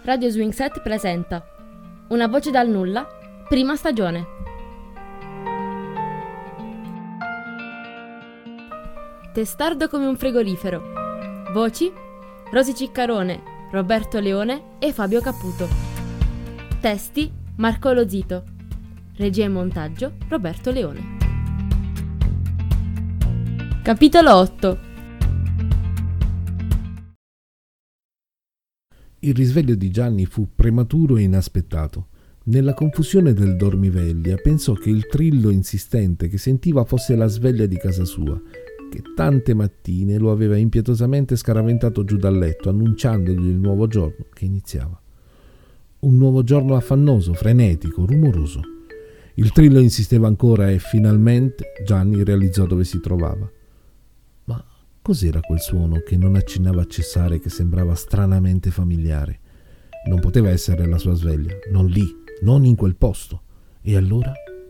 Radio Swing Set presenta Una voce dal nulla, prima stagione. Testardo come un frigorifero. Voci: Rosy Ciccarone, Roberto Leone e Fabio Caputo. Testi: Marco Lozito. Regia e montaggio: Roberto Leone. Capitolo 8. Il risveglio di Gianni fu prematuro e inaspettato. Nella confusione del dormiveglia pensò che il trillo insistente che sentiva fosse la sveglia di casa sua, che tante mattine lo aveva impietosamente scaraventato giù dal letto, annunciandogli il nuovo giorno che iniziava. Un nuovo giorno affannoso, frenetico, rumoroso. Il trillo insisteva ancora e finalmente Gianni realizzò dove si trovava. Ma cos'era quel suono che non accennava a cessare, che sembrava stranamente familiare? Non poteva essere la sua sveglia, non lì, non in quel posto. E allora?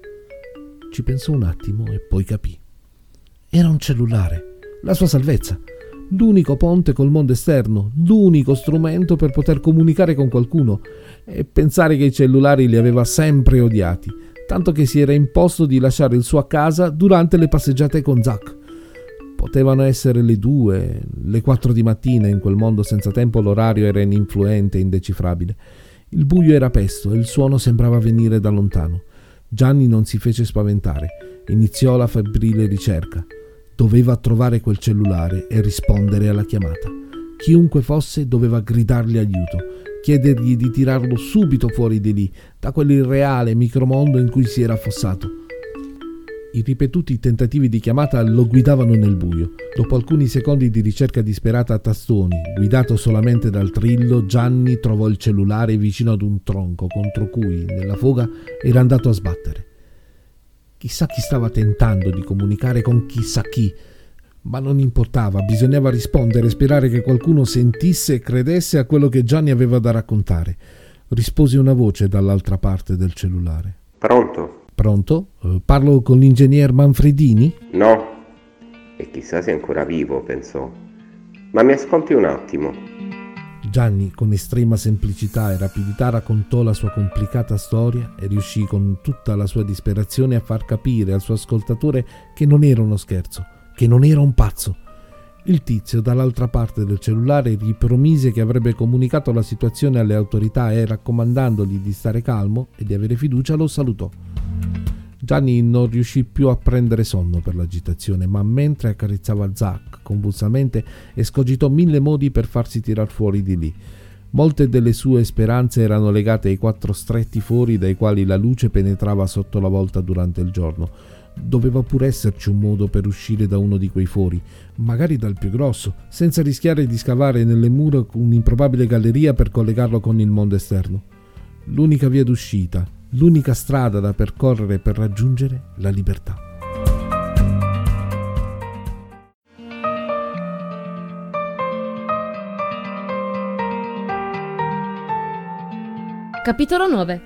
Ci pensò un attimo e poi capì. Era un cellulare, la sua salvezza, l'unico ponte col mondo esterno, l'unico strumento per poter comunicare con qualcuno, e pensare che i cellulari li aveva sempre odiati, tanto che si era imposto di lasciare il suo a casa durante le passeggiate con Zac. Potevano essere le 2, le 4 di mattina, in quel mondo senza tempo l'orario era ininfluente e indecifrabile. Il buio era pesto e il suono sembrava venire da lontano. Gianni non si fece spaventare, iniziò la febbrile ricerca. Doveva trovare quel cellulare e rispondere alla chiamata. Chiunque fosse doveva gridargli aiuto, chiedergli di tirarlo subito fuori di lì, da quell'irreale micromondo in cui si era affossato. I ripetuti tentativi di chiamata lo guidavano nel buio. Dopo alcuni secondi di ricerca disperata a tastoni, guidato solamente dal trillo, Gianni trovò il cellulare vicino ad un tronco contro cui, nella foga, era andato a sbattere. Chissà chi stava tentando di comunicare con chissà chi, ma non importava, bisognava rispondere e sperare che qualcuno sentisse e credesse a quello che Gianni aveva da raccontare. Rispose una voce dall'altra parte del cellulare. Pronto? Pronto? Parlo con l'ingegner Manfredini? No, e chissà se è ancora vivo, pensò. Ma mi ascolti un attimo. Gianni, con estrema semplicità e rapidità, raccontò la sua complicata storia e riuscì con tutta la sua disperazione a far capire al suo ascoltatore che non era uno scherzo, che non era un pazzo. Il tizio dall'altra parte del cellulare gli promise che avrebbe comunicato la situazione alle autorità e, raccomandandogli di stare calmo e di avere fiducia, lo salutò. Gianni non riuscì più a prendere sonno per l'agitazione, ma mentre accarezzava Zac convulsamente escogitò 1000 modi per farsi tirar fuori di lì. Molte delle sue speranze erano legate ai 4 stretti fori dai quali la luce penetrava sotto la volta durante il giorno. Doveva pure esserci un modo per uscire da uno di quei fori, magari dal più grosso, senza rischiare di scavare nelle mura un'improbabile galleria per collegarlo con il mondo esterno. L'unica via d'uscita, l'unica strada da percorrere per raggiungere la libertà. Capitolo 9.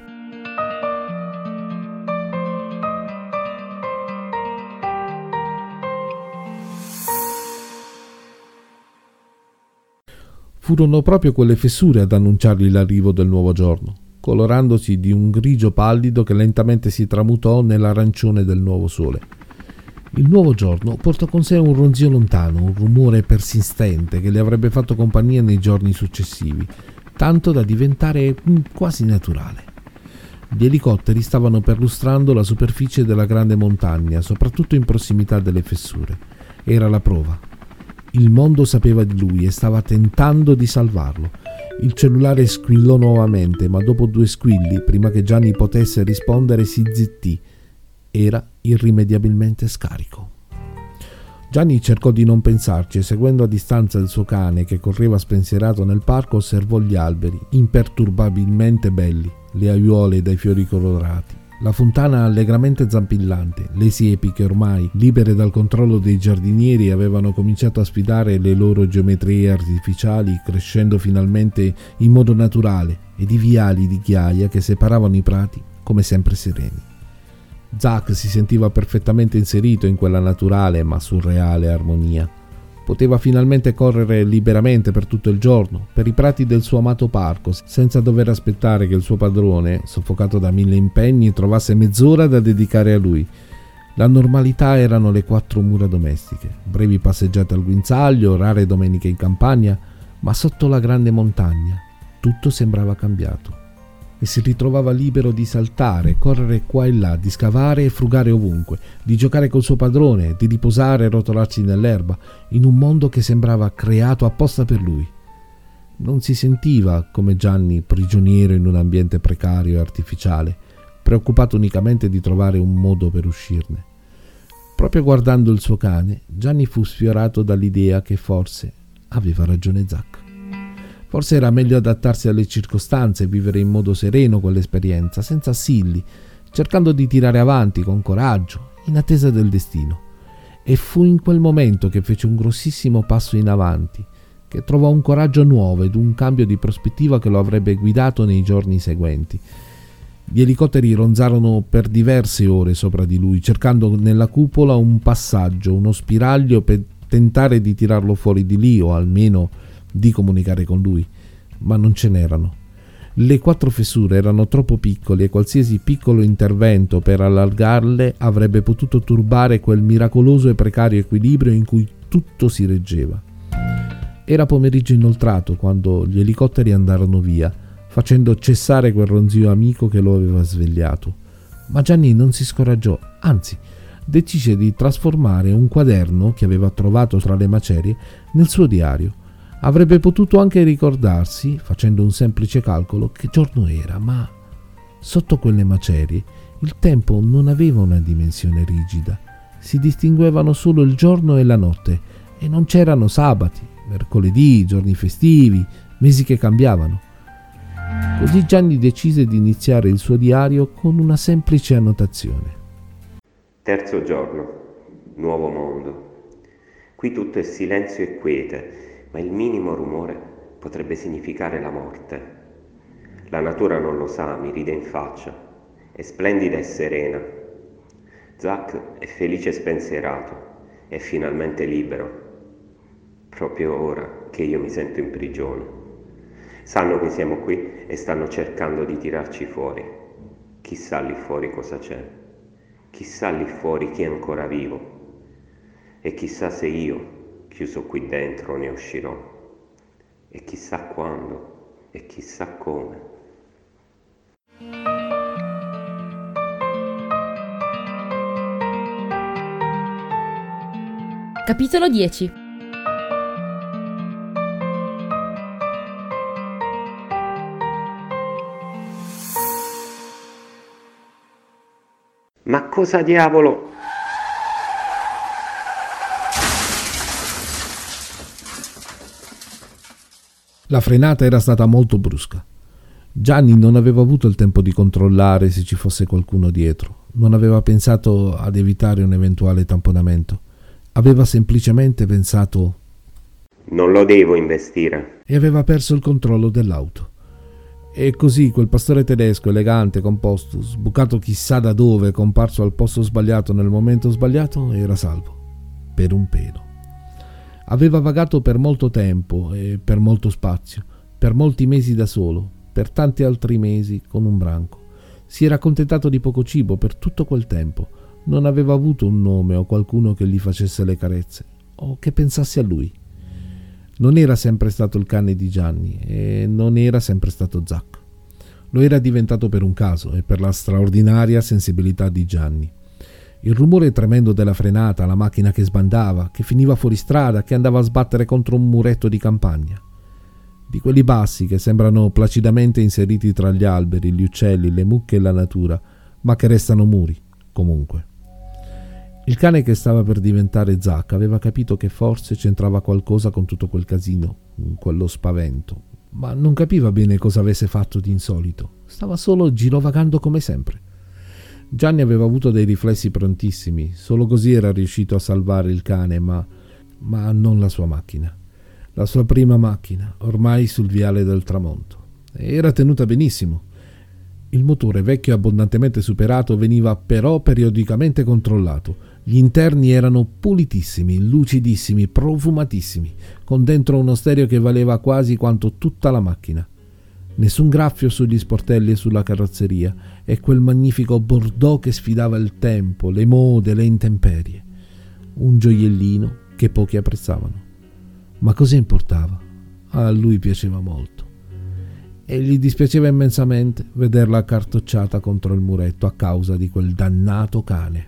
Furono proprio quelle fessure ad annunciargli l'arrivo del nuovo giorno, colorandosi di un grigio pallido che lentamente si tramutò nell'arancione del nuovo sole. Il nuovo giorno portò con sé un ronzio lontano, un rumore persistente che le avrebbe fatto compagnia nei giorni successivi, tanto da diventare quasi naturale. Gli elicotteri stavano perlustrando la superficie della grande montagna, soprattutto in prossimità delle fessure. Era la prova. Il mondo sapeva di lui e stava tentando di salvarlo. Il cellulare squillò nuovamente, ma dopo 2 squilli, prima che Gianni potesse rispondere, si zittì. Era irrimediabilmente scarico. Gianni cercò di non pensarci e, seguendo a distanza il suo cane che correva spensierato nel parco, osservò gli alberi, imperturbabilmente belli, le aiuole dai fiori colorati, la fontana allegramente zampillante, le siepi che ormai, libere dal controllo dei giardinieri, avevano cominciato a sfidare le loro geometrie artificiali, crescendo finalmente in modo naturale, ed i viali di ghiaia che separavano i prati come sempre sereni. Zac si sentiva perfettamente inserito in quella naturale ma surreale armonia. Poteva finalmente correre liberamente per tutto il giorno, per i prati del suo amato parco, senza dover aspettare che il suo padrone, soffocato da 1000 impegni, trovasse mezz'ora da dedicare a lui. La normalità erano le 4 mura domestiche, brevi passeggiate al guinzaglio, rare domeniche in campagna, ma sotto la grande montagna tutto sembrava cambiato. E si ritrovava libero di saltare, correre qua e là, di scavare e frugare ovunque, di giocare col suo padrone, di riposare e rotolarsi nell'erba, in un mondo che sembrava creato apposta per lui. Non si sentiva, come Gianni, prigioniero in un ambiente precario e artificiale, preoccupato unicamente di trovare un modo per uscirne. Proprio guardando il suo cane, Gianni fu sfiorato dall'idea che forse aveva ragione Zack. Forse era meglio adattarsi alle circostanze e vivere in modo sereno quell'esperienza, senza assilli, cercando di tirare avanti con coraggio, in attesa del destino. E fu in quel momento che fece un grossissimo passo in avanti, che trovò un coraggio nuovo ed un cambio di prospettiva che lo avrebbe guidato nei giorni seguenti. Gli elicotteri ronzarono per diverse ore sopra di lui, cercando nella cupola un passaggio, uno spiraglio per tentare di tirarlo fuori di lì o almeno di comunicare con lui, ma non ce n'erano. Le 4 fessure erano troppo piccole e qualsiasi piccolo intervento per allargarle avrebbe potuto turbare quel miracoloso e precario equilibrio in cui tutto si reggeva. Era pomeriggio inoltrato quando gli elicotteri andarono via, facendo cessare quel ronzio amico che lo aveva svegliato. Ma Gianni non si scoraggiò, anzi, decise di trasformare un quaderno che aveva trovato tra le macerie nel suo diario. Avrebbe potuto anche ricordarsi, facendo un semplice calcolo, che giorno era, ma sotto quelle macerie il tempo non aveva una dimensione rigida. Si distinguevano solo il giorno e la notte e non c'erano sabati, mercoledì, giorni festivi, mesi che cambiavano. Così Gianni decise di iniziare il suo diario con una semplice annotazione. Terzo giorno, nuovo mondo. Qui tutto è silenzio e quiete, ma il minimo rumore potrebbe significare la morte. La natura non lo sa, mi ride in faccia, è splendida e serena. Zack è felice e spensierato, è finalmente libero. Proprio ora che io mi sento in prigione. Sanno che siamo qui e stanno cercando di tirarci fuori. Chissà lì fuori cosa c'è. Chissà lì fuori chi è ancora vivo. E chissà se io, chiuso qui dentro, ne uscirò. E chissà quando, e chissà come. Capitolo 10. Ma cosa diavolo? La frenata era stata molto brusca. Gianni non aveva avuto il tempo di controllare se ci fosse qualcuno dietro. Non aveva pensato ad evitare un eventuale tamponamento. Aveva semplicemente pensato: non lo devo investire. E aveva perso il controllo dell'auto. E così quel pastore tedesco elegante, composto, sbucato chissà da dove, comparso al posto sbagliato nel momento sbagliato, era salvo. Per un pelo. Aveva vagato per molto tempo e per molto spazio, per molti mesi da solo, per tanti altri mesi con un branco. Si era accontentato di poco cibo per tutto quel tempo. Non aveva avuto un nome o qualcuno che gli facesse le carezze o che pensasse a lui. Non era sempre stato il cane di Gianni e non era sempre stato Zack. Lo era diventato per un caso e per la straordinaria sensibilità di Gianni. Il rumore tremendo della frenata, la macchina che sbandava, che finiva fuori strada, che andava a sbattere contro un muretto di campagna. Di quelli bassi che sembrano placidamente inseriti tra gli alberi, gli uccelli, le mucche e la natura, ma che restano muri, comunque. Il cane che stava per diventare Zack aveva capito che forse c'entrava qualcosa con tutto quel casino, quello spavento, ma non capiva bene cosa avesse fatto di insolito. Stava solo girovagando come sempre. Gianni aveva avuto dei riflessi prontissimi, solo così era riuscito a salvare il cane, ma non la sua macchina. La sua prima macchina, ormai sul viale del tramonto. Era tenuta benissimo. Il motore, vecchio e abbondantemente superato, veniva però periodicamente controllato. Gli interni erano pulitissimi, lucidissimi, profumatissimi, con dentro uno stereo che valeva quasi quanto tutta la macchina. Nessun graffio sugli sportelli e sulla carrozzeria, e quel magnifico bordeaux che sfidava il tempo, le mode, le intemperie. Un gioiellino che pochi apprezzavano. Ma cosa importava? A lui piaceva molto. E gli dispiaceva immensamente vederla accartocciata contro il muretto a causa di quel dannato cane.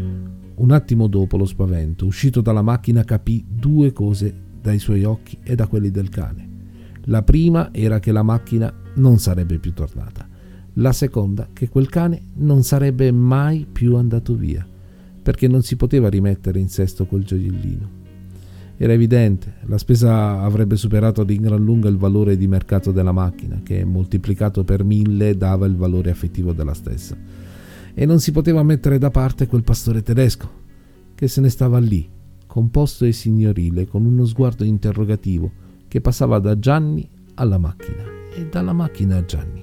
Un attimo dopo lo spavento, uscito dalla macchina, capì due cose dai suoi occhi e da quelli del cane. La prima era che la macchina non sarebbe più tornata. La seconda, che quel cane non sarebbe mai più andato via, perché non si poteva rimettere in sesto quel gioiellino. Era evidente, la spesa avrebbe superato di gran lunga il valore di mercato della macchina, che moltiplicato per 1000 dava il valore affettivo della stessa. E non si poteva mettere da parte quel pastore tedesco, che se ne stava lì, composto e signorile, con uno sguardo interrogativo che passava da Gianni alla macchina e dalla macchina a Gianni,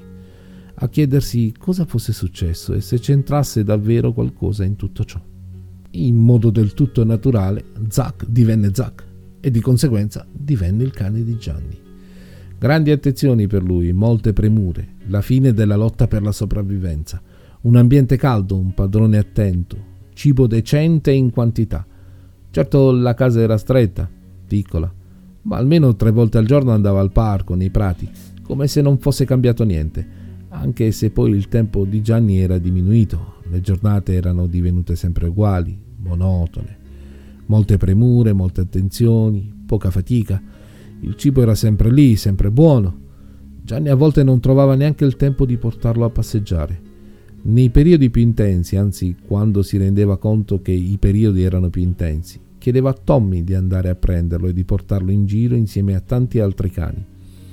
a chiedersi cosa fosse successo e se c'entrasse davvero qualcosa in tutto ciò. In modo del tutto naturale, Zack divenne Zack e di conseguenza divenne il cane di Gianni. Grandi attenzioni per lui, molte premure, la fine della lotta per la sopravvivenza, un ambiente caldo, un padrone attento, cibo decente in quantità. Certo, la casa era stretta, piccola, ma almeno 3 volte al giorno andava al parco, nei prati, come se non fosse cambiato niente, anche se poi il tempo di Gianni era diminuito, le giornate erano divenute sempre uguali, monotone. Molte premure, molte attenzioni, poca fatica. Il cibo era sempre lì, sempre buono. Gianni a volte non trovava neanche il tempo di portarlo a passeggiare. Nei periodi più intensi, anzi quando si rendeva conto che i periodi erano più intensi, chiedeva a Tommy di andare a prenderlo e di portarlo in giro insieme a tanti altri cani.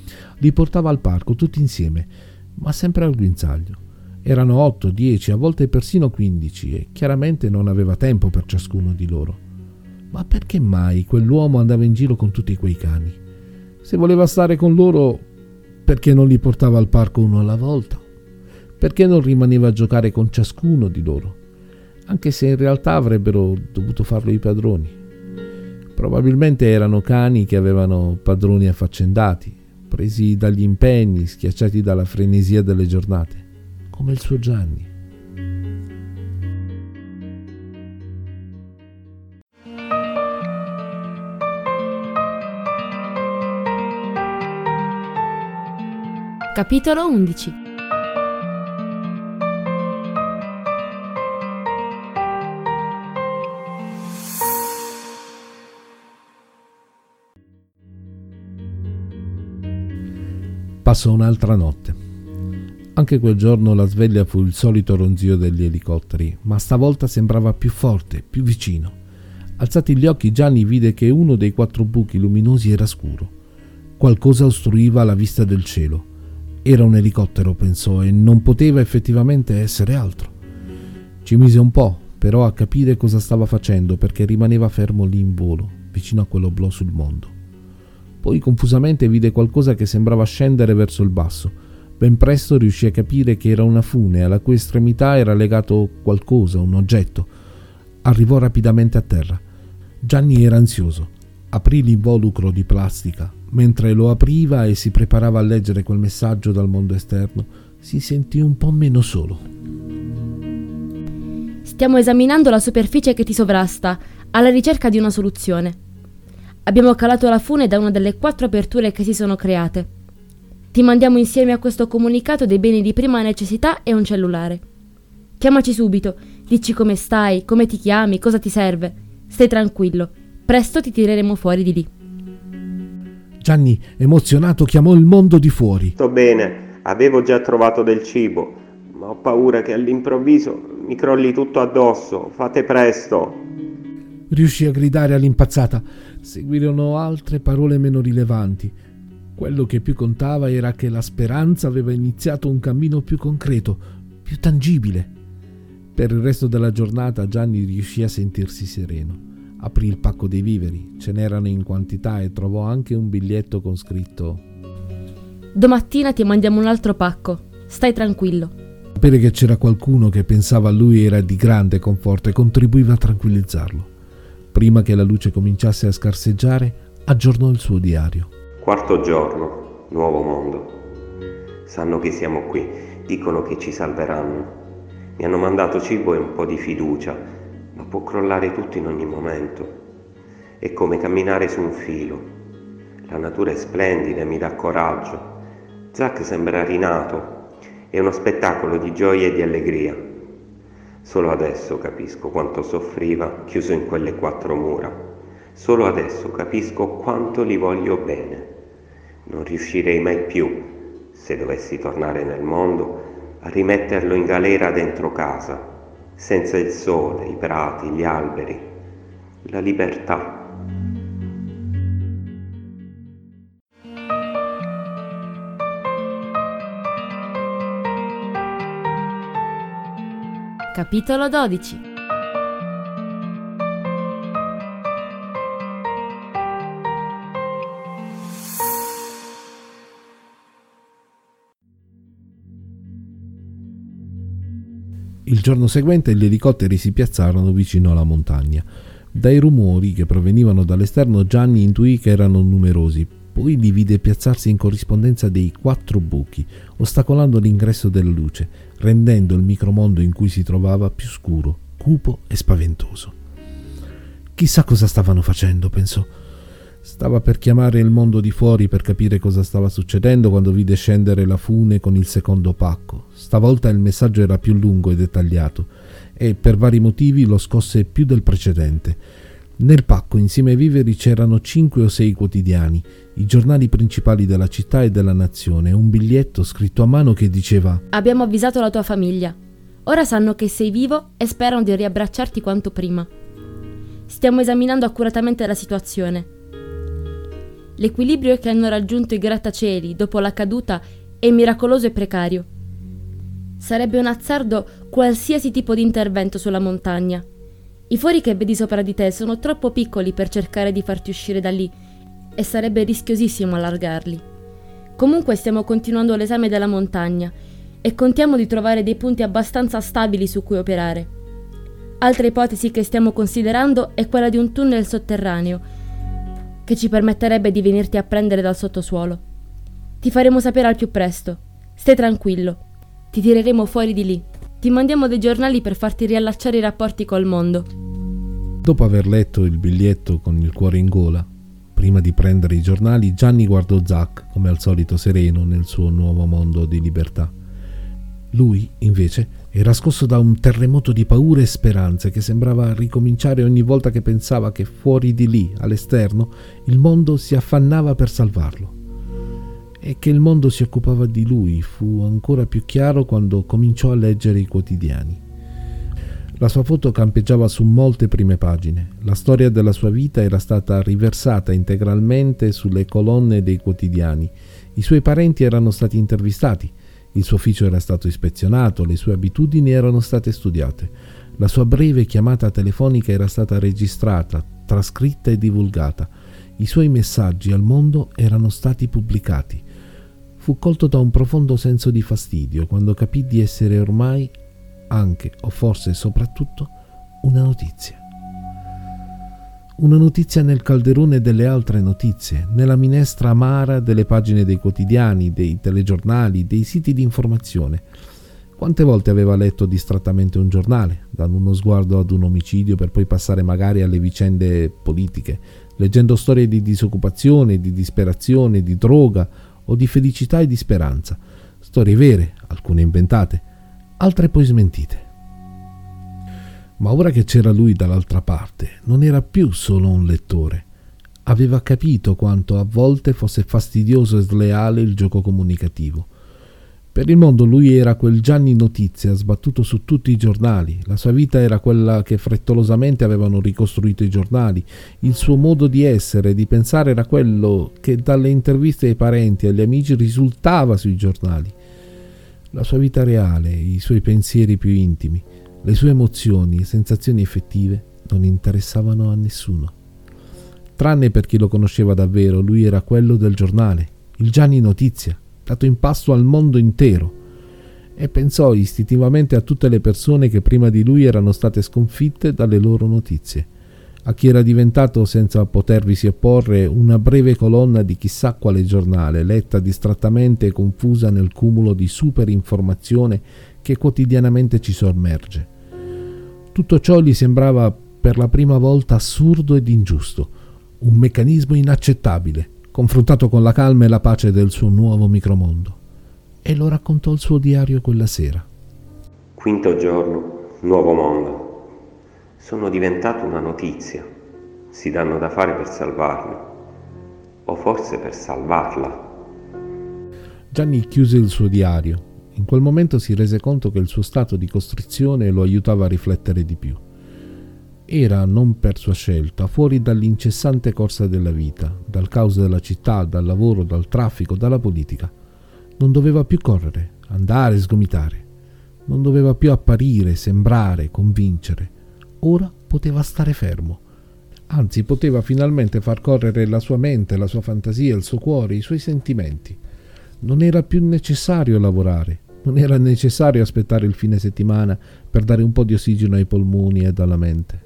Li portava al parco tutti insieme, ma sempre al guinzaglio. Erano 8, 10, a volte persino 15 e chiaramente non aveva tempo per ciascuno di loro. Ma perché mai quell'uomo andava in giro con tutti quei cani? Se voleva stare con loro, perché non li portava al parco uno alla volta? Perché non rimaneva a giocare con ciascuno di loro, anche se in realtà avrebbero dovuto farlo i padroni. Probabilmente erano cani che avevano padroni affaccendati, presi dagli impegni, schiacciati dalla frenesia delle giornate, come il suo Gianni. Capitolo 11. Passò un'altra notte. Anche quel giorno la sveglia fu il solito ronzio degli elicotteri, ma stavolta sembrava più forte, più vicino. Alzati gli occhi, Gianni vide che uno dei 4 buchi luminosi era scuro. Qualcosa ostruiva la vista del cielo. Era un elicottero, pensò, e non poteva effettivamente essere altro. Ci mise un po', però, a capire cosa stava facendo, perché rimaneva fermo lì in volo, vicino a quell'oblò sul mondo. Poi confusamente vide qualcosa che sembrava scendere verso il basso. Ben presto riuscì a capire che era una fune alla cui estremità era legato qualcosa, un oggetto. Arrivò rapidamente a terra. Gianni era ansioso. Aprì l'involucro di plastica. Mentre lo apriva e si preparava a leggere quel messaggio dal mondo esterno, si sentì un po' meno solo. Stiamo esaminando la superficie che ti sovrasta, alla ricerca di una soluzione. Abbiamo calato la fune da una delle 4 aperture che si sono create. Ti mandiamo insieme a questo comunicato dei beni di prima necessità e un cellulare. Chiamaci subito, dici come stai, come ti chiami, cosa ti serve. Stai tranquillo, presto ti tireremo fuori di lì. Gianni, emozionato, chiamò il mondo di fuori. Sto bene, avevo già trovato del cibo, ma ho paura che all'improvviso mi crolli tutto addosso. Fate presto. Riuscì a gridare all'impazzata. Seguirono altre parole meno rilevanti. Quello che più contava era che la speranza aveva iniziato un cammino più concreto, più tangibile. Per il resto della giornata Gianni riuscì a sentirsi sereno. Aprì il pacco dei viveri, ce n'erano in quantità, e trovò anche un biglietto con scritto: Domattina ti mandiamo un altro pacco, stai tranquillo. Sapere che c'era qualcuno che pensava a lui era di grande conforto e contribuiva a tranquillizzarlo. Prima che la luce cominciasse a scarseggiare, aggiornò il suo diario. 4° giorno, nuovo mondo. Sanno che siamo qui, dicono che ci salveranno. Mi hanno mandato cibo e un po' di fiducia, ma può crollare tutto in ogni momento. È come camminare su un filo. La natura è splendida e mi dà coraggio. Zack sembra rinato. È uno spettacolo di gioia e di allegria. Solo adesso capisco quanto soffriva chiuso in quelle 4 mura. Solo adesso capisco quanto li voglio bene. Non riuscirei mai più, se dovessi tornare nel mondo, a rimetterlo in galera dentro casa, senza il sole, i prati, gli alberi, la libertà. Capitolo 12. Il giorno seguente gli elicotteri si piazzarono vicino alla montagna. Dai rumori che provenivano dall'esterno Gianni intuì che erano numerosi, poi li vide piazzarsi in corrispondenza dei 4 buchi, ostacolando l'ingresso della luce, rendendo il micromondo in cui si trovava più scuro, cupo e spaventoso. Chissà cosa stavano facendo, pensò. Stava per chiamare il mondo di fuori per capire cosa stava succedendo quando vide scendere la fune con il secondo pacco. Stavolta il messaggio era più lungo e dettagliato e per vari motivi lo scosse più del precedente. Nel pacco insieme ai viveri c'erano 5 o 6 quotidiani, i giornali principali della città e della nazione, e un biglietto scritto a mano che diceva: Abbiamo avvisato la tua famiglia. Ora sanno che sei vivo e sperano di riabbracciarti quanto prima. Stiamo esaminando accuratamente la situazione. L'equilibrio che hanno raggiunto i grattacieli dopo la caduta è miracoloso e precario. Sarebbe un azzardo qualsiasi tipo di intervento sulla montagna. I fori che vedi sopra di te sono troppo piccoli per cercare di farti uscire da lì e sarebbe rischiosissimo allargarli. Comunque stiamo continuando l'esame della montagna e contiamo di trovare dei punti abbastanza stabili su cui operare. Altra ipotesi che stiamo considerando è quella di un tunnel sotterraneo che ci permetterebbe di venirti a prendere dal sottosuolo. Ti faremo sapere al più presto. Stai tranquillo. Ti tireremo fuori di lì. Ti mandiamo dei giornali per farti riallacciare i rapporti col mondo. Dopo aver letto il biglietto con il cuore in gola, prima di prendere i giornali, Gianni guardò Zack, come al solito sereno nel suo nuovo mondo di libertà. Lui, invece, era scosso da un terremoto di paure e speranze che sembrava ricominciare ogni volta che pensava che fuori di lì, all'esterno, il mondo si affannava per salvarlo. E che il mondo si occupava di lui fu ancora più chiaro quando cominciò a leggere i quotidiani. La sua foto campeggiava su molte prime pagine. La storia della sua vita era stata riversata integralmente sulle colonne dei quotidiani. I suoi parenti erano stati intervistati, il suo ufficio era stato ispezionato, le sue abitudini erano state studiate. La sua breve chiamata telefonica era stata registrata, trascritta e divulgata. I suoi messaggi al mondo erano stati pubblicati. Fu colto da un profondo senso di fastidio quando capì di essere ormai, anche o forse soprattutto, una notizia. Una notizia nel calderone delle altre notizie, nella minestra amara delle pagine dei quotidiani, dei telegiornali, dei siti di informazione. Quante volte aveva letto distrattamente un giornale, dando uno sguardo ad un omicidio per poi passare magari alle vicende politiche, leggendo storie di disoccupazione, di disperazione, di droga o di felicità e di speranza. Storie vere, alcune inventate, altre poi smentite. Ma ora che c'era lui dall'altra parte, non era più solo un lettore. Aveva capito quanto a volte fosse fastidioso e sleale il gioco comunicativo. Per il mondo lui era quel Gianni Notizia sbattuto su tutti i giornali. La sua vita era quella che frettolosamente avevano ricostruito i giornali. Il suo modo di essere e di pensare era quello che dalle interviste ai parenti e agli amici risultava sui giornali. La sua vita reale, i suoi pensieri più intimi, le sue emozioni e sensazioni effettive non interessavano a nessuno. Tranne per chi lo conosceva davvero, lui era quello del giornale, il Gianni Notizia, dato in pasto al mondo intero. e pensò istintivamente a tutte le persone che prima di lui erano state sconfitte dalle loro notizie, a chi era diventato, senza potervisi opporre, una breve colonna di chissà quale giornale, letta distrattamente e confusa nel cumulo di superinformazione che quotidianamente ci sommerge. Tutto ciò gli sembrava per la prima volta assurdo ed ingiusto, un meccanismo inaccettabile, confrontato con la calma e la pace del suo nuovo micromondo. E lo raccontò il suo diario quella sera. Quinto giorno, nuovo mondo. Sono diventato una notizia. Si danno da fare per salvarmi. O forse per salvarla. Gianni chiuse il suo diario. In quel momento si rese conto che il suo stato di costrizione lo aiutava a riflettere di più. Era, non per sua scelta, fuori dall'incessante corsa della vita, dal caos della città, dal lavoro, dal traffico, dalla politica. Non doveva più correre, andare, sgomitare. Non doveva più apparire, sembrare, convincere. Ora poteva stare fermo. Anzi, poteva finalmente far correre la sua mente, la sua fantasia, il suo cuore, i suoi sentimenti. Non era più necessario lavorare. Non era necessario aspettare il fine settimana per dare un po' di ossigeno ai polmoni ed alla mente.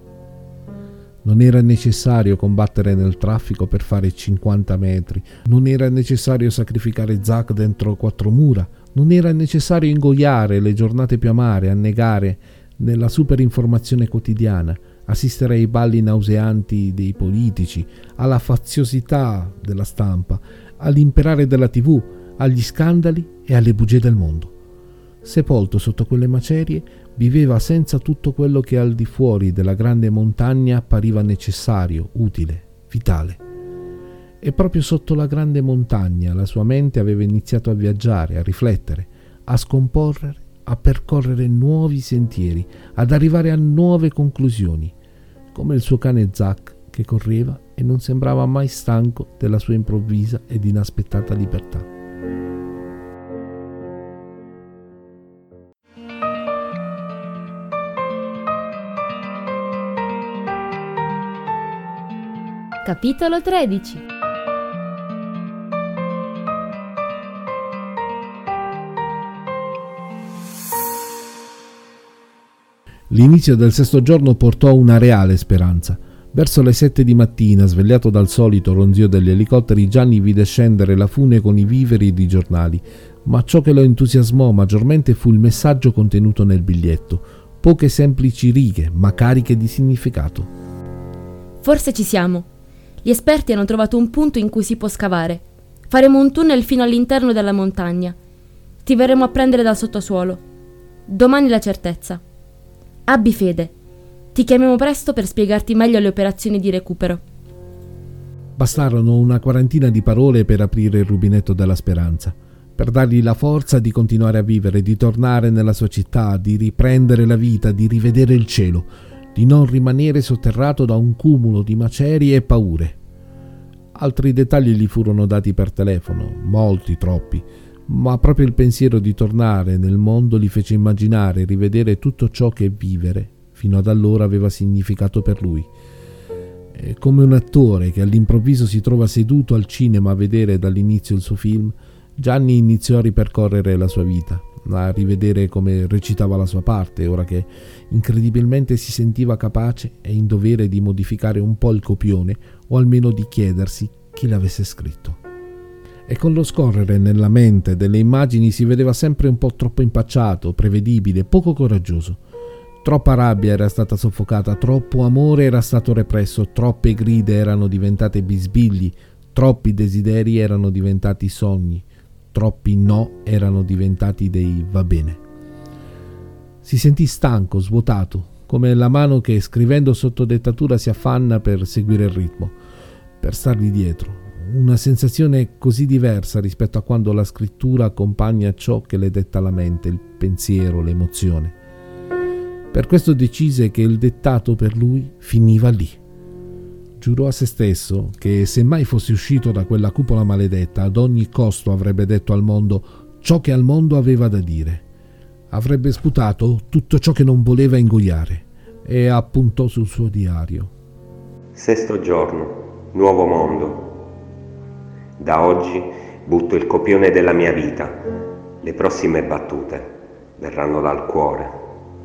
Non era necessario combattere nel traffico per fare 50 metri, non era necessario sacrificare Zack dentro 4 mura, non era necessario ingoiare le giornate più amare, annegare nella superinformazione quotidiana, assistere ai balli nauseanti dei politici, alla faziosità della stampa, all'imperare della TV, agli scandali e alle bugie del mondo. Sepolto sotto quelle macerie, viveva senza tutto quello che al di fuori della grande montagna appariva necessario, utile, vitale. E proprio sotto la grande montagna la sua mente aveva iniziato a viaggiare, a riflettere, a scomporre, a percorrere nuovi sentieri, ad arrivare a nuove conclusioni, come il suo cane Zack che correva e non sembrava mai stanco della sua improvvisa ed inaspettata libertà. Capitolo 13. L'inizio del 6° giorno portò una reale speranza. Verso le 7 di mattina, svegliato dal solito ronzio degli elicotteri, Gianni vide scendere la fune con i viveri ed i giornali, ma ciò che lo entusiasmò maggiormente fu il messaggio contenuto nel biglietto. Poche semplici righe, ma cariche di significato. Forse ci siamo. Gli esperti hanno trovato un punto in cui si può scavare. Faremo un tunnel fino all'interno della montagna. Ti verremo a prendere dal sottosuolo. Domani la certezza. Abbi fede. Ti chiamiamo presto per spiegarti meglio le operazioni di recupero. Bastarono una quarantina di parole per aprire il rubinetto della speranza, per dargli la forza di continuare a vivere, di tornare nella sua città, di riprendere la vita, di rivedere il cielo, di non rimanere sotterrato da un cumulo di macerie e paure. Altri dettagli gli furono dati per telefono, molti, troppi, ma proprio il pensiero di tornare nel mondo gli fece immaginare e rivedere tutto ciò che vivere fino ad allora aveva significato per lui. E come un attore che all'improvviso si trova seduto al cinema a vedere dall'inizio il suo film, Gianni iniziò a ripercorrere la sua vita, a rivedere come recitava la sua parte, ora che incredibilmente si sentiva capace e in dovere di modificare un po' il copione, o almeno di chiedersi chi l'avesse scritto. E con lo scorrere nella mente delle immagini si vedeva sempre un po' troppo impacciato, prevedibile, poco coraggioso. Troppa rabbia era stata soffocata, troppo amore era stato represso, troppe grida erano diventate bisbigli, troppi desideri erano diventati sogni, troppi no erano diventati dei va bene. Si sentì stanco, svuotato, come la mano che scrivendo sotto dettatura si affanna per seguire il ritmo, per stargli dietro. Una sensazione così diversa rispetto a quando la scrittura accompagna ciò che le detta la mente, il pensiero, l'emozione. Per questo decise che il dettato per lui finiva lì. Giurò a se stesso che se mai fosse uscito da quella cupola maledetta, ad ogni costo avrebbe detto al mondo ciò che al mondo aveva da dire. Avrebbe sputato tutto ciò che non voleva ingoiare e appuntò sul suo diario. 6° giorno, nuovo mondo. Da oggi butto il copione della mia vita. Le prossime battute verranno dal cuore.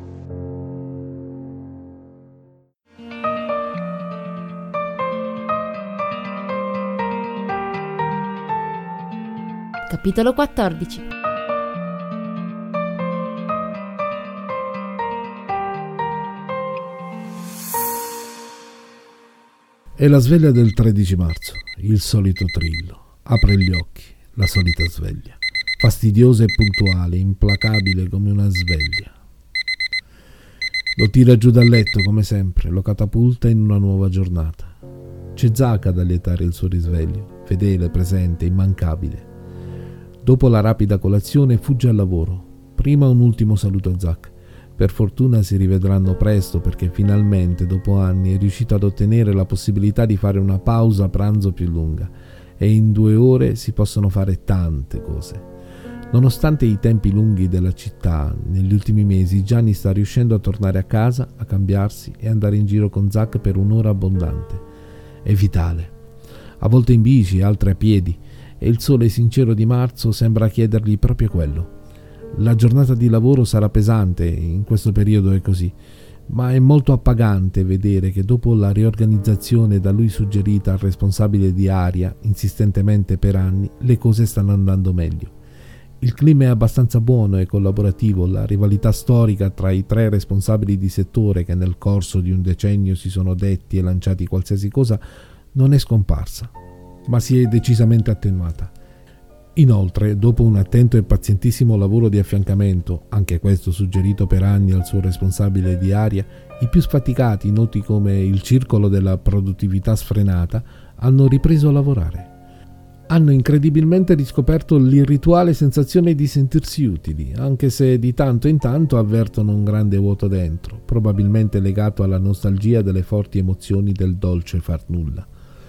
Capitolo 14. È la sveglia del 13 marzo, il solito trillo. Apre gli occhi, la solita sveglia. Fastidiosa e puntuale, implacabile come una sveglia. Lo tira giù dal letto come sempre, lo catapulta in una nuova giornata. C'è Zack ad allietare il suo risveglio, fedele, presente, immancabile. Dopo la rapida colazione fugge al lavoro. Prima un ultimo saluto a Zack. Per fortuna si rivedranno presto perché finalmente, dopo anni, è riuscito ad ottenere la possibilità di fare una pausa pranzo più lunga e in 2 ore si possono fare tante cose. Nonostante i tempi lunghi della città, negli ultimi mesi Gianni sta riuscendo a tornare a casa, a cambiarsi e andare in giro con Zack per un'ora abbondante. È vitale. A volte in bici, altre a piedi, e il sole sincero di marzo sembra chiedergli proprio quello. La giornata di lavoro sarà pesante, in questo periodo è così, ma è molto appagante vedere che dopo la riorganizzazione da lui suggerita al responsabile di Aria insistentemente per anni, le cose stanno andando meglio. Il clima è abbastanza buono e collaborativo, la rivalità storica tra i 3 responsabili di settore che nel corso di un decennio si sono detti e lanciati qualsiasi cosa non è scomparsa, ma si è decisamente attenuata. Inoltre, dopo un attento e pazientissimo lavoro di affiancamento, anche questo suggerito per anni al suo responsabile di Aria, i più sfaticati, noti come il circolo della produttività sfrenata, hanno ripreso a lavorare. Hanno incredibilmente riscoperto l'irrituale sensazione di sentirsi utili, anche se di tanto in tanto avvertono un grande vuoto dentro, probabilmente legato alla nostalgia delle forti emozioni del dolce far nulla.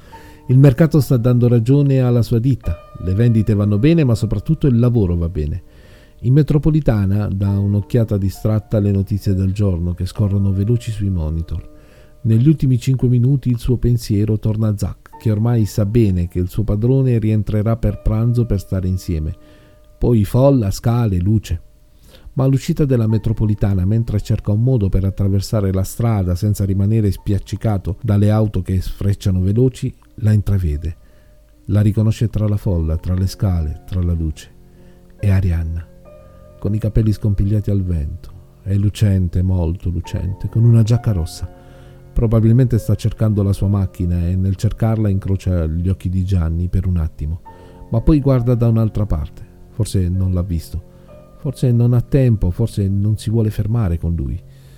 Il mercato sta dando ragione alla sua ditta, le vendite vanno bene ma soprattutto il lavoro va bene. In metropolitana dà un'occhiata distratta alle notizie del giorno che scorrono veloci sui monitor. Negli ultimi 5 minuti il suo pensiero torna a Zack, che ormai sa bene che il suo padrone rientrerà per pranzo per stare insieme. Poi folla, scale, luce. Ma all'uscita della metropolitana, mentre cerca un modo per attraversare la strada senza rimanere spiaccicato dalle auto che sfrecciano veloci, la intravede. La riconosce tra la folla, tra le scale, tra la luce. È Arianna, con i capelli scompigliati al vento. È lucente, molto lucente, con una giacca rossa. Probabilmente sta cercando la sua macchina e nel cercarla incrocia gli occhi di Gianni per un attimo, ma poi guarda da un'altra parte. Forse non l'ha visto. Forse non ha tempo, forse non si vuole fermare con lui.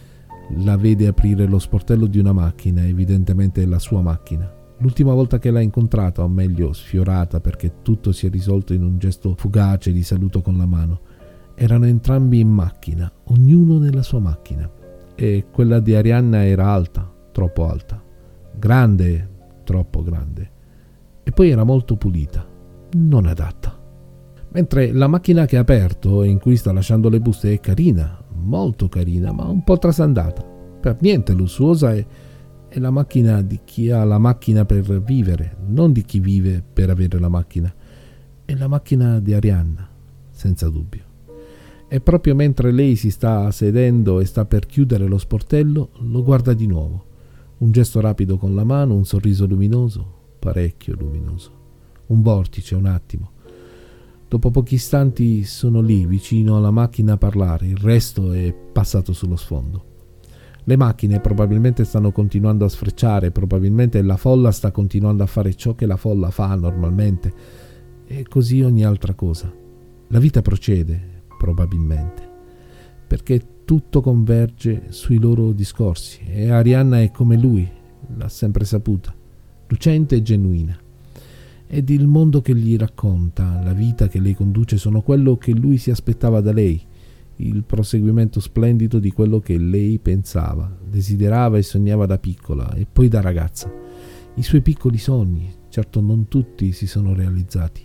La vede aprire lo sportello di una macchina, evidentemente la sua macchina. L'ultima volta che l'ha incontrata, o meglio sfiorata perché tutto si è risolto in un gesto fugace di saluto con la mano, erano entrambi in macchina, ognuno nella sua macchina. E quella di Arianna era alta, troppo alta, grande, troppo grande, e poi era molto pulita, non adatta. Mentre la macchina che ha aperto e in cui sta lasciando le buste è carina, molto carina, ma un po' trasandata, per niente lussuosa, è la macchina di chi ha la macchina per vivere, non di chi vive per avere la macchina. È la macchina di Arianna, senza dubbio. E proprio mentre lei si sta sedendo e sta per chiudere lo sportello, lo guarda di nuovo. Un gesto rapido con la mano, un sorriso luminoso, parecchio luminoso. Un vortice, un attimo. Dopo pochi istanti sono lì, vicino alla macchina a parlare, il resto è passato sullo sfondo. Le macchine probabilmente stanno continuando a sfrecciare, probabilmente la folla sta continuando a fare ciò che la folla fa normalmente, e così ogni altra cosa. La vita procede, probabilmente, perché tutto converge sui loro discorsi, e Arianna è come lui, l'ha sempre saputa, lucente e genuina. Ed il mondo che gli racconta, la vita che lei conduce sono quello che lui si aspettava da lei, il proseguimento splendido di quello che lei pensava, desiderava e sognava da piccola e poi da ragazza. I suoi piccoli sogni, certo non tutti si sono realizzati,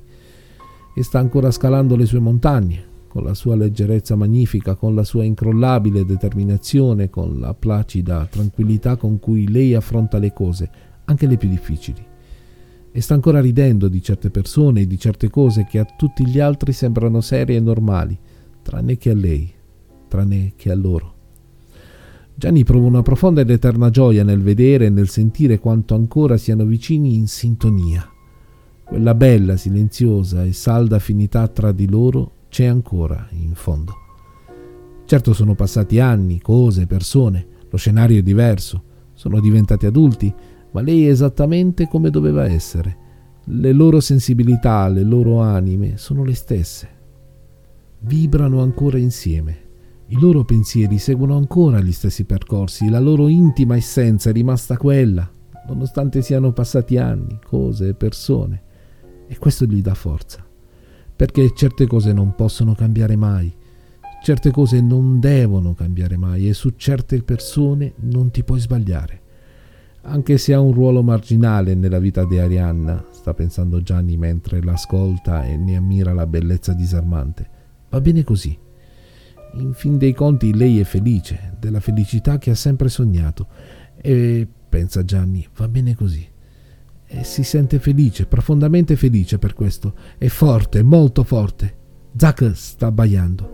e sta ancora scalando le sue montagne, con la sua leggerezza magnifica, con la sua incrollabile determinazione, con la placida tranquillità con cui lei affronta le cose, anche le più difficili. e sta ancora ridendo di certe persone e di certe cose che a tutti gli altri sembrano serie e normali, tranne che a lei, tranne che a loro. Gianni prova una profonda ed eterna gioia nel vedere e nel sentire quanto ancora siano vicini in sintonia. Quella bella, silenziosa e salda affinità tra di loro c'è ancora in fondo. Certo sono passati anni, cose, persone, lo scenario è diverso, sono diventati adulti, ma lei è esattamente come doveva essere. Le loro sensibilità, le loro anime sono le stesse. Vibrano ancora insieme. I loro pensieri seguono ancora gli stessi percorsi, la loro intima essenza è rimasta quella, nonostante siano passati anni, cose e persone. E questo gli dà forza, perché certe cose non possono cambiare mai, certe cose non devono cambiare mai e su certe persone non ti puoi sbagliare. Anche se ha un ruolo marginale nella vita di Arianna, sta pensando Gianni mentre l'ascolta e ne ammira la bellezza disarmante. Va bene così. In fin dei conti lei è felice, della felicità che ha sempre sognato. E, pensa Gianni, va bene così. E si sente felice, profondamente felice per questo. È forte, molto forte. Zac sta abbaiando.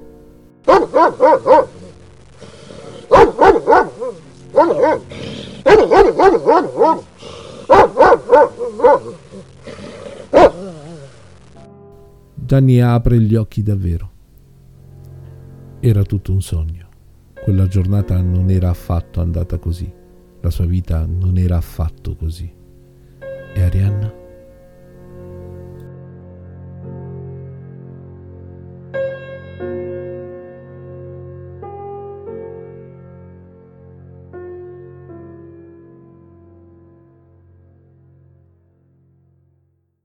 Gianni apre gli occhi davvero. Era tutto un sogno. Quella giornata non era affatto andata così. La sua vita non era affatto così. E Arianna?